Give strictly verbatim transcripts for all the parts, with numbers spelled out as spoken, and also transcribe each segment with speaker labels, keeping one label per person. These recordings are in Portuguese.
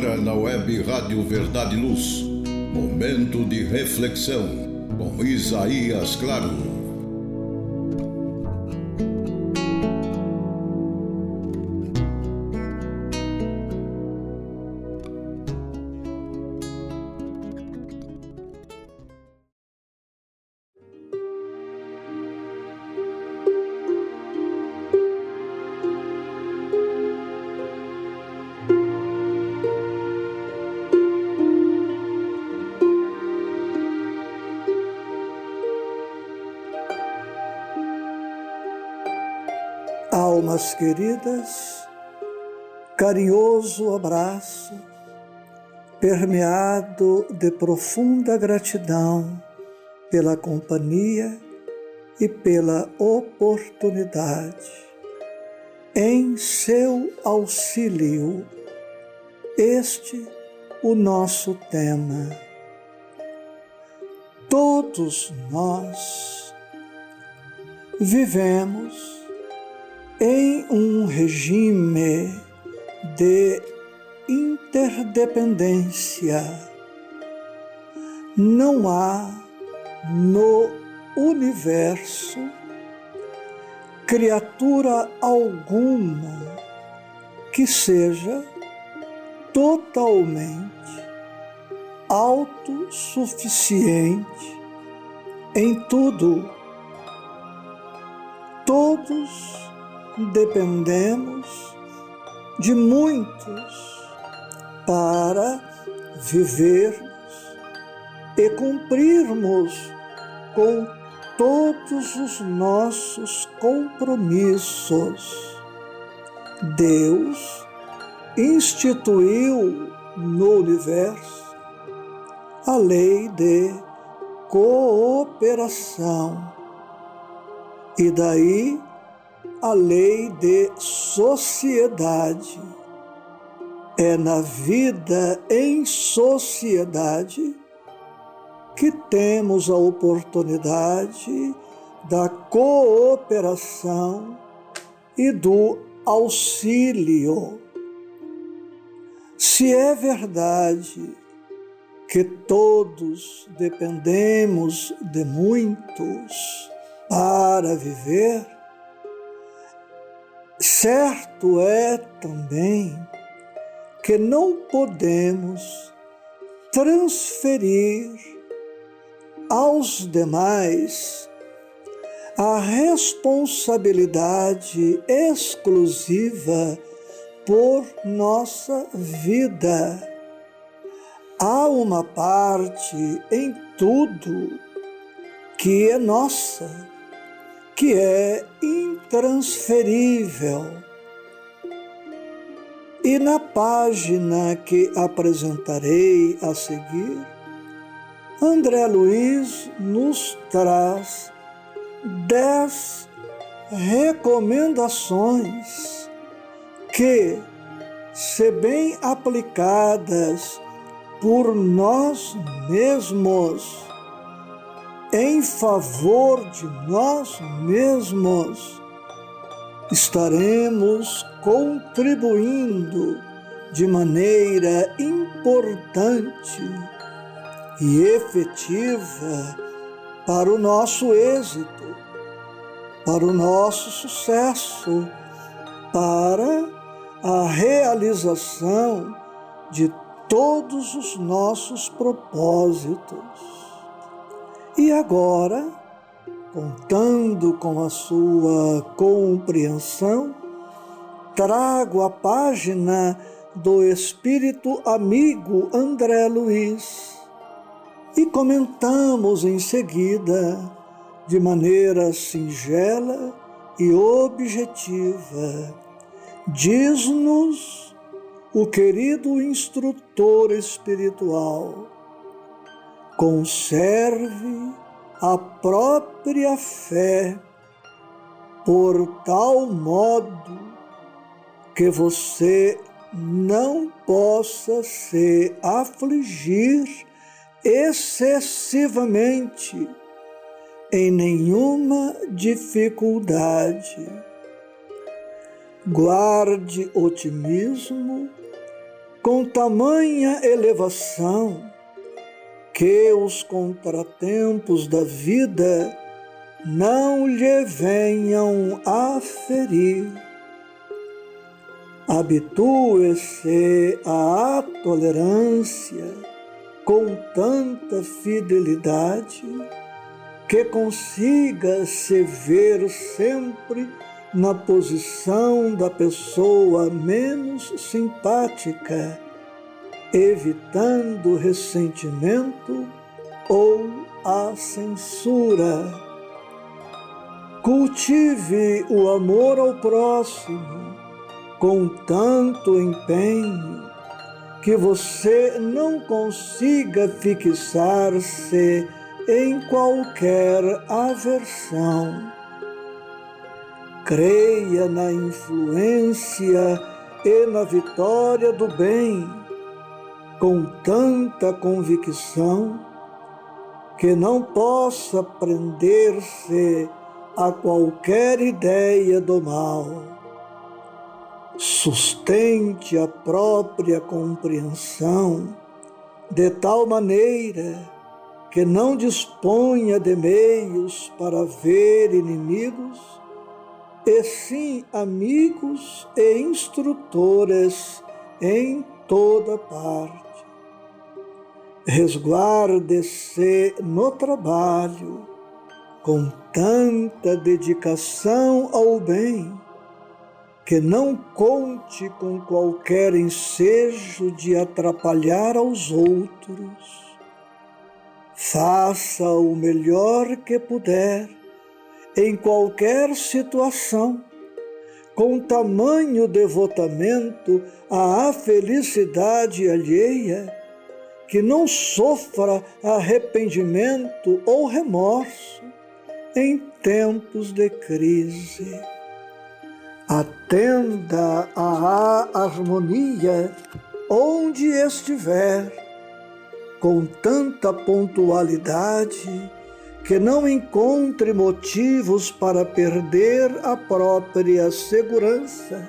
Speaker 1: agora na web Rádio Verdade e Luz, momento de reflexão com Isaías Claro.
Speaker 2: Almas queridas, carinhoso abraço, permeado de profunda gratidão pela companhia e pela oportunidade. Em seu auxílio, este o nosso tema. Todos nós vivemos em um regime de interdependência. Não há no universo criatura alguma que seja totalmente autossuficiente em tudo. Todos dependemos de muitos para vivermos e cumprirmos com todos os nossos compromissos. Deus instituiu no universo a lei de cooperação e daí a lei de sociedade. É na vida em sociedade que temos a oportunidade da cooperação e do auxílio. Se é verdade que todos dependemos de muitos para viver, certo é também que não podemos transferir aos demais a responsabilidade exclusiva por nossa vida. Há uma parte em tudo que é nossa, que é intransferível. E na página que apresentarei a seguir, André Luiz nos traz dez recomendações que, se bem aplicadas por nós mesmos, em favor de nós mesmos, estaremos contribuindo de maneira importante e efetiva para o nosso êxito, para o nosso sucesso, para a realização de todos os nossos propósitos. E agora, contando com a sua compreensão, trago a página do Espírito Amigo André Luiz e comentamos em seguida, de maneira singela e objetiva. Diz-nos o querido instrutor espiritual: conserve a própria fé por tal modo que você não possa se afligir excessivamente em nenhuma dificuldade. Guarde otimismo com tamanha elevação que os contratempos da vida não lhe venham a ferir. Habitue-se à tolerância com tanta fidelidade que consiga se ver sempre na posição da pessoa menos simpática, evitando ressentimento ou a censura. Cultive o amor ao próximo com tanto empenho que você não consiga fixar-se em qualquer aversão. Creia na influência e na vitória do bem com tanta convicção que não possa prender-se a qualquer ideia do mal. Sustente a própria compreensão de tal maneira que não disponha de meios para ver inimigos, e sim amigos e instrutores em toda parte. Resguarde-se no trabalho com tanta dedicação ao bem que não conte com qualquer ensejo de atrapalhar aos outros. Faça o melhor que puder em qualquer situação, com tamanho devotamento à felicidade alheia, que não sofra arrependimento ou remorso em tempos de crise. Atenda à harmonia onde estiver, com tanta pontualidade que não encontre motivos para perder a própria segurança.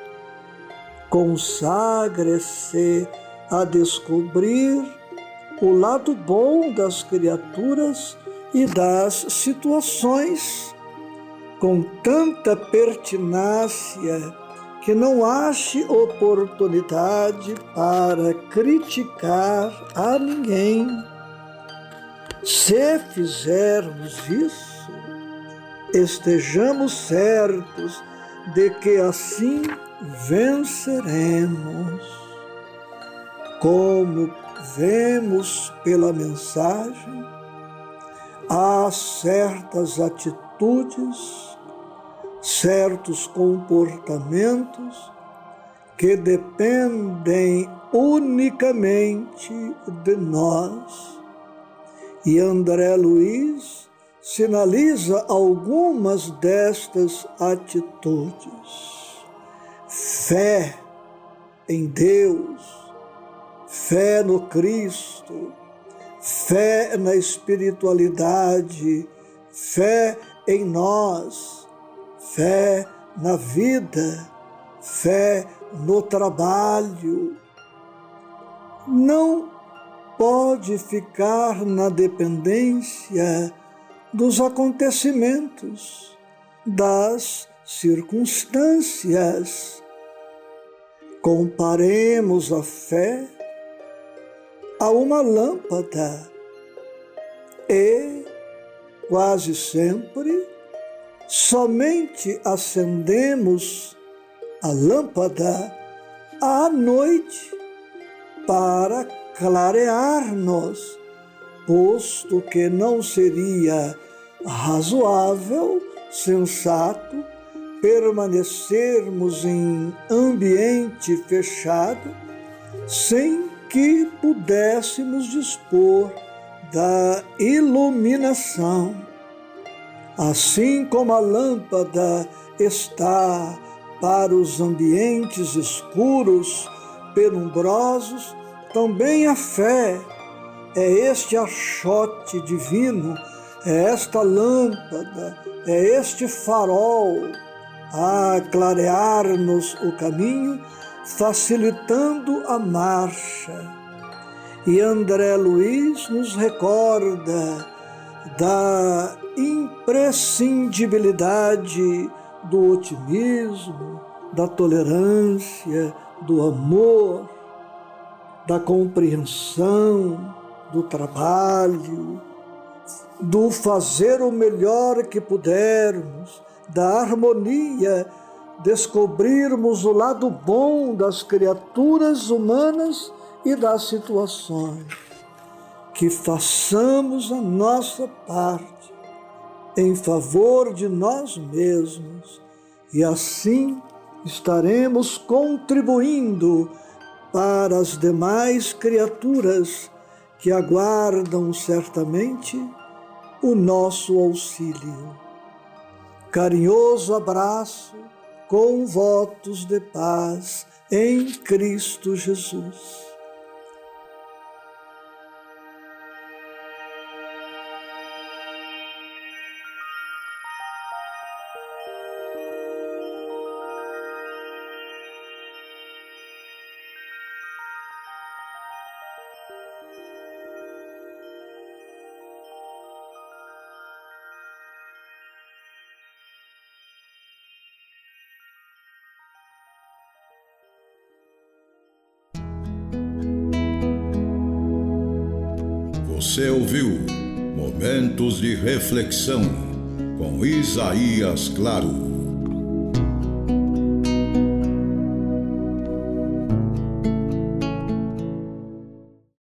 Speaker 2: Consagre-se a descobrir o lado bom das criaturas e das situações, com tanta pertinácia que não ache oportunidade para criticar a ninguém. Se fizermos isso, estejamos certos de que assim venceremos. Como vemos pela mensagem, há certas atitudes, certos comportamentos que dependem unicamente de nós. E André Luiz sinaliza algumas destas atitudes. Fé em Deus, fé no Cristo, fé na espiritualidade, fé em nós, fé na vida, fé no trabalho. Não pode ficar na dependência dos acontecimentos, das circunstâncias. Comparemos a fé a uma lâmpada e, quase sempre, somente acendemos a lâmpada à noite para clarear-nos, posto que não seria razoável, sensato, permanecermos em ambiente fechado sem que pudéssemos dispor da iluminação. Assim como a lâmpada está para os ambientes escuros, penumbrosos, também a fé é este achote divino, é esta lâmpada, é este farol a clarear-nos o caminho facilitando a marcha. E André Luiz nos recorda da imprescindibilidade do otimismo, da tolerância, do amor, da compreensão, do trabalho, do fazer o melhor que pudermos, da harmonia, descobrirmos o lado bom das criaturas humanas e das situações. Que façamos a nossa parte em favor de nós mesmos e assim estaremos contribuindo para as demais criaturas que aguardam certamente o nosso auxílio. Carinhoso abraço com votos de paz em Cristo Jesus.
Speaker 1: Você ouviu Momentos de Reflexão com Isaías Claro.